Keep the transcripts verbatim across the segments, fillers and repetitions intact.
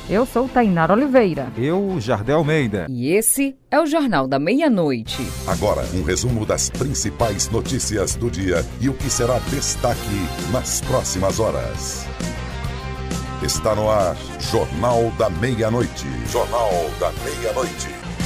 Eu sou Tainara Oliveira. Eu, Jardel Almeida. E esse é o Jornal da Meia-Noite. Agora, um resumo das principais notícias do dia e o que será destaque nas próximas horas. Está no ar, Jornal da Meia-Noite. Jornal da Meia-Noite.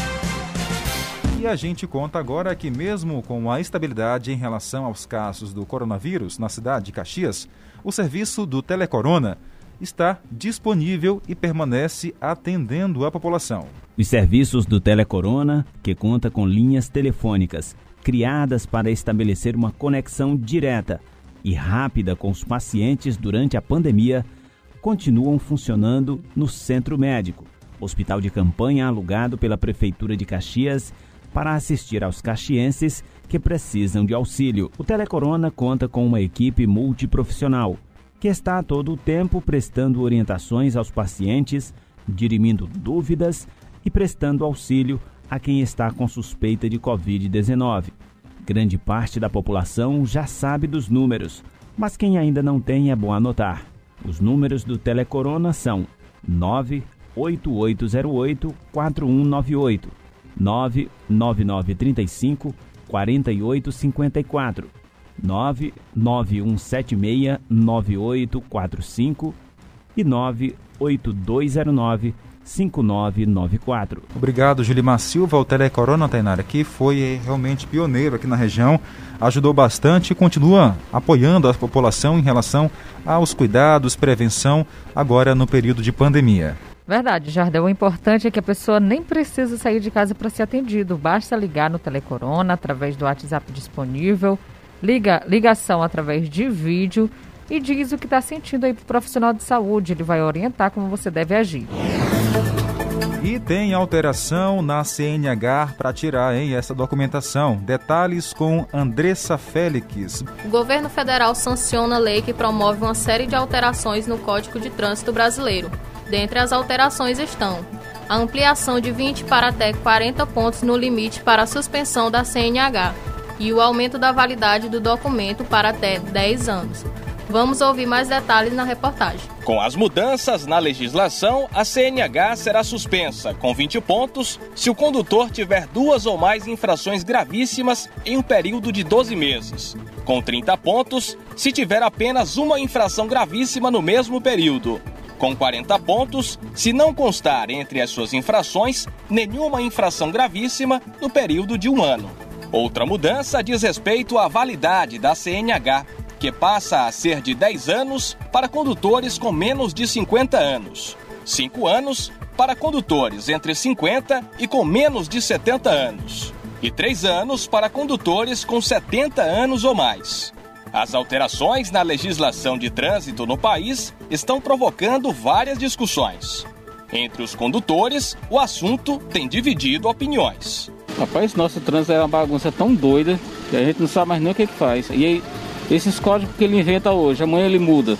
E a gente conta agora que mesmo com a estabilidade em relação aos casos do coronavírus na cidade de Caxias, o serviço do Telecorona está disponível e permanece atendendo a população. Os serviços do Telecorona, que conta com linhas telefônicas criadas para estabelecer uma conexão direta e rápida com os pacientes durante a pandemia, continuam funcionando no Centro Médico, hospital de campanha alugado pela Prefeitura de Caxias para assistir aos caxienses que precisam de auxílio. O Telecorona conta com uma equipe multiprofissional, que está a todo o tempo prestando orientações aos pacientes, dirimindo dúvidas e prestando auxílio a quem está com suspeita de covid dezenove. Grande parte da população já sabe dos números, mas quem ainda não tem é bom anotar. Os números do Telecorona são nove oito oito zero oito quatro um nove oito, nove nove nove três cinco quatro oito cinco quatro, nove nove um sete seis nove oito quatro cinco e nove oito dois zero nove cinco nove nove quatro. Obrigado, Julimar Silva. O Telecorona, Tainara, que foi realmente pioneiro aqui na região, ajudou bastante e continua apoiando a população em relação aos cuidados, prevenção, agora no período de pandemia. Verdade, Jardel. O importante é que a pessoa nem precisa sair de casa para ser atendido. Basta ligar no Telecorona através do WhatsApp disponível, liga, ligação através de vídeo e diz o que está sentindo aí para o profissional de saúde. Ele vai orientar como você deve agir. E tem alteração na C N H para tirar hein, essa documentação. Detalhes com Andressa Félix. O governo federal sanciona a lei que promove uma série de alterações no Código de Trânsito Brasileiro. Dentre as alterações estão a ampliação de vinte para até quarenta pontos no limite para a suspensão da C N H e o aumento da validade do documento para até dez anos. Vamos ouvir mais detalhes na reportagem. Com as mudanças na legislação, a C N H será suspensa com vinte pontos se o condutor tiver duas ou mais infrações gravíssimas em um período de doze meses, com trinta pontos se tiver apenas uma infração gravíssima no mesmo período, com quarenta pontos se não constar entre as suas infrações nenhuma infração gravíssima no período de um ano. Outra mudança diz respeito à validade da C N H, que passa a ser de dez anos para condutores com menos de cinquenta anos, cinco anos para condutores entre cinquenta e com menos de setenta anos, e três anos para condutores com setenta anos ou mais. As alterações na legislação de trânsito no país estão provocando várias discussões. Entre os condutores, o assunto tem dividido opiniões. Rapaz, nosso trânsito é uma bagunça tão doida que a gente não sabe mais nem o que, que faz. E aí, esses códigos que ele inventa hoje, amanhã ele muda.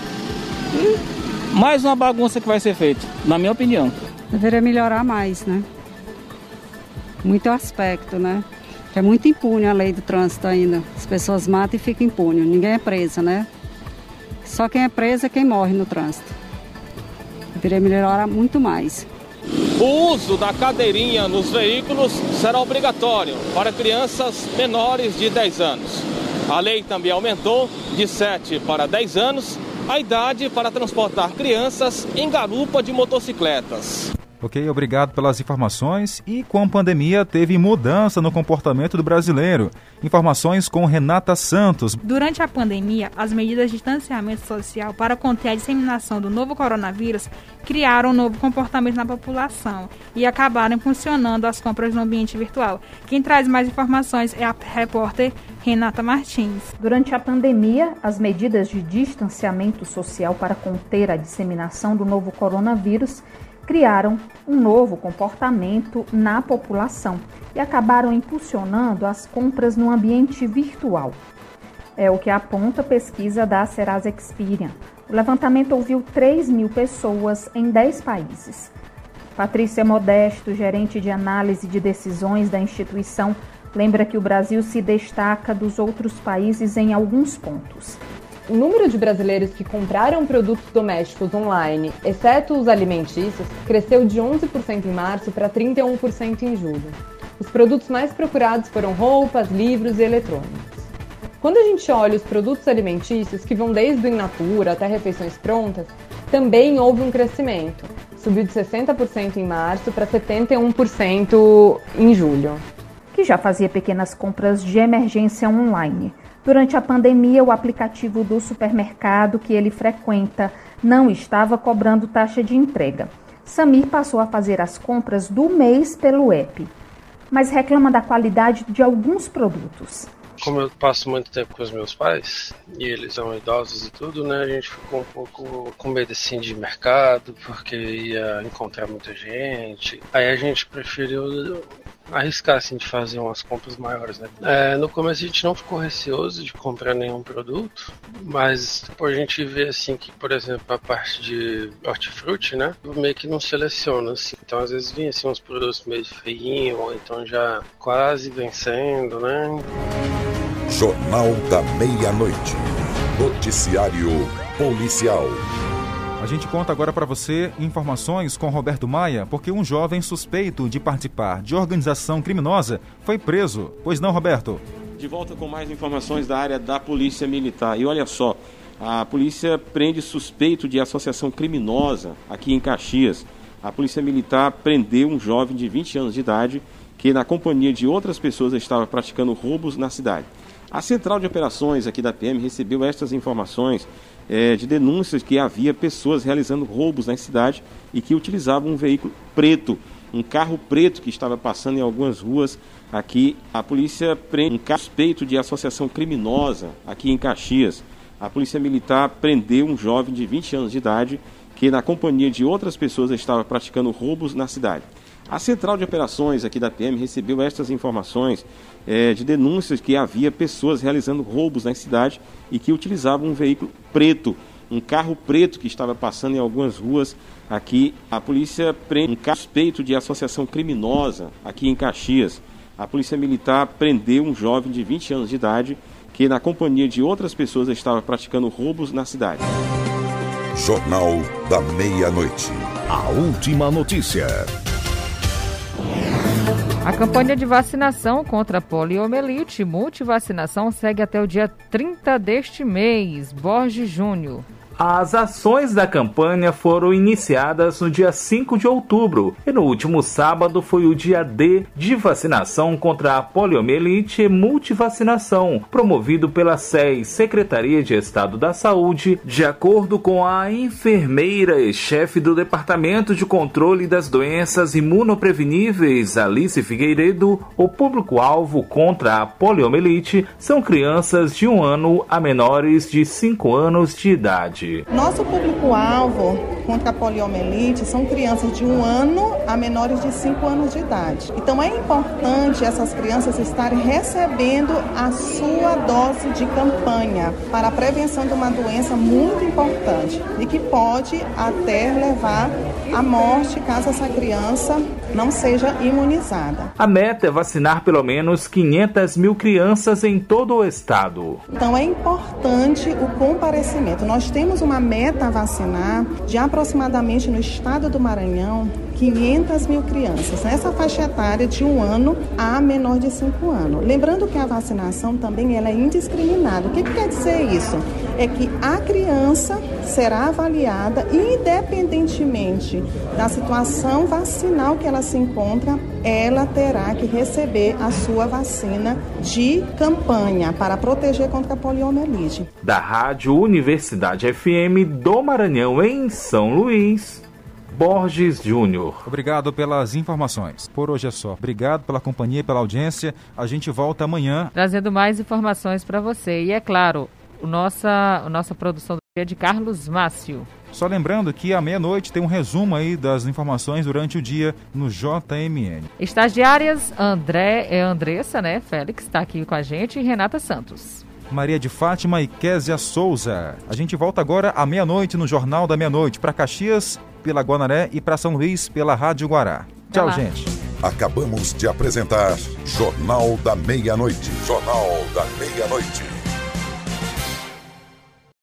E mais uma bagunça que vai ser feita, na minha opinião. Deveria melhorar mais, né? Muito aspecto, né? É muito impune a lei do trânsito ainda. As pessoas matam e ficam impune. Ninguém é presa, né? Só quem é preso é quem morre no trânsito. Deveria melhorar muito mais. O uso da cadeirinha nos veículos será obrigatório para crianças menores de dez anos. A lei também aumentou de sete para dez anos a idade para transportar crianças em garupa de motocicletas. Ok, obrigado pelas informações. E com a pandemia teve mudança no comportamento do brasileiro. Informações com Renata Santos. Durante a pandemia, as medidas de distanciamento social para conter a disseminação do novo coronavírus criaram um novo comportamento na população e acabaram funcionando as compras no ambiente virtual. Quem traz mais informações é a repórter Renata Martins. Durante a pandemia, as medidas de distanciamento social para conter a disseminação do novo coronavírus criaram um novo comportamento na população e acabaram impulsionando as compras no ambiente virtual. É o que aponta a pesquisa da Serasa Experian. O levantamento ouviu três mil pessoas em dez países. Patrícia Modesto, gerente de análise de decisões da instituição, lembra que o Brasil se destaca dos outros países em alguns pontos. O número de brasileiros que compraram produtos domésticos online, exceto os alimentícios, cresceu de onze por cento em março para trinta e um por cento em julho. Os produtos mais procurados foram roupas, livros e eletrônicos. Quando a gente olha os produtos alimentícios, que vão desde o in natura até refeições prontas, também houve um crescimento. Subiu de sessenta por cento em março para setenta e um por cento em julho. Que já fazia pequenas compras de emergência online. Durante a pandemia, o aplicativo do supermercado que ele frequenta não estava cobrando taxa de entrega. Samir passou a fazer as compras do mês pelo app, mas reclama da qualidade de alguns produtos. Como eu passo muito tempo com os meus pais, e eles são idosos e tudo, né, a gente ficou um pouco com medo assim de mercado, porque ia encontrar muita gente. Aí a gente preferiu arriscar assim de fazer umas compras maiores, né? É, no começo a gente não ficou receoso de comprar nenhum produto, mas depois a gente vê assim que, por exemplo, a parte de hortifruti, né, meio que não seleciona assim. Então às vezes vinha assim uns produtos meio feinhos, ou então já quase vencendo, né? Jornal da Meia-Noite. Noticiário Policial. A gente conta agora para você informações com Roberto Maia, porque um jovem suspeito de participar de organização criminosa foi preso. Pois não, Roberto? De volta com mais informações da área da Polícia Militar. E olha só, a polícia prende suspeito de associação criminosa aqui em Caxias. A Polícia Militar prendeu um jovem de vinte anos de idade que, na companhia de outras pessoas, estava praticando roubos na cidade. A Central de Operações aqui da P M recebeu estas informações é, de denúncias que havia pessoas realizando roubos na cidade e que utilizavam um veículo preto, um carro preto que estava passando em algumas ruas aqui. A polícia prende um suspeito de associação criminosa aqui em Caxias. A Polícia Militar prendeu um jovem de vinte anos de idade que, na companhia de outras pessoas, estava praticando roubos na cidade. A Central de Operações aqui da P M recebeu estas informações é, de denúncias que havia pessoas realizando roubos na cidade e que utilizavam um veículo preto, um carro preto que estava passando em algumas ruas aqui. A polícia prende um suspeito de associação criminosa aqui em Caxias. A Polícia Militar prendeu um jovem de vinte anos de idade que, na companhia de outras pessoas, estava praticando roubos na cidade. Jornal da Meia-Noite. A última notícia. A campanha de vacinação contra a poliomielite e multivacinação segue até o dia trinta deste mês. Borges Júnior. As ações da campanha foram iniciadas no dia cinco de outubro e no último sábado foi o dia D de vacinação contra a poliomielite e multivacinação, promovido pela S E S, Secretaria de Estado da Saúde. De acordo com a enfermeira e chefe do Departamento de Controle das Doenças Imunopreveníveis, Alice Figueiredo, o público-alvo contra a poliomielite são crianças de um ano a menores de cinco anos de idade. Nosso público-alvo contra a poliomielite são crianças de um ano a menores de cinco anos de idade. Então é importante essas crianças estarem recebendo a sua dose de campanha para a prevenção de uma doença muito importante e que pode até levar à morte caso essa criança não seja imunizada. A meta é vacinar pelo menos quinhentas mil crianças em todo o estado. Então é importante o comparecimento. Nós temos uma meta a vacinar de aproximadamente no estado do Maranhão quinhentas mil crianças, nessa faixa etária de um ano a menor de cinco anos. Lembrando que a vacinação também ela é indiscriminada. O que, que quer dizer isso? É que a criança será avaliada independentemente da situação vacinal que ela se encontra, ela terá que receber a sua vacina de campanha para proteger contra a poliomielite. Da Rádio Universidade F M do Maranhão, em São Luís, Borges Júnior. Obrigado pelas informações. Por hoje é só. Obrigado pela companhia e pela audiência. A gente volta amanhã trazendo mais informações para você. E é claro, o nossa, a nossa produção do dia é de Carlos Mácio. Só lembrando que à meia-noite tem um resumo aí das informações durante o dia no J M N. Estagiárias, André, é Andressa, né? Félix está aqui com a gente e Renata Santos. Maria de Fátima e Késia Souza. A gente volta agora à meia-noite no Jornal da Meia-Noite para Caxias pela Guanaré e para São Luís pela Rádio Guará. Tchau, gente. Acabamos de apresentar Jornal da Meia-Noite. Jornal da Meia-Noite.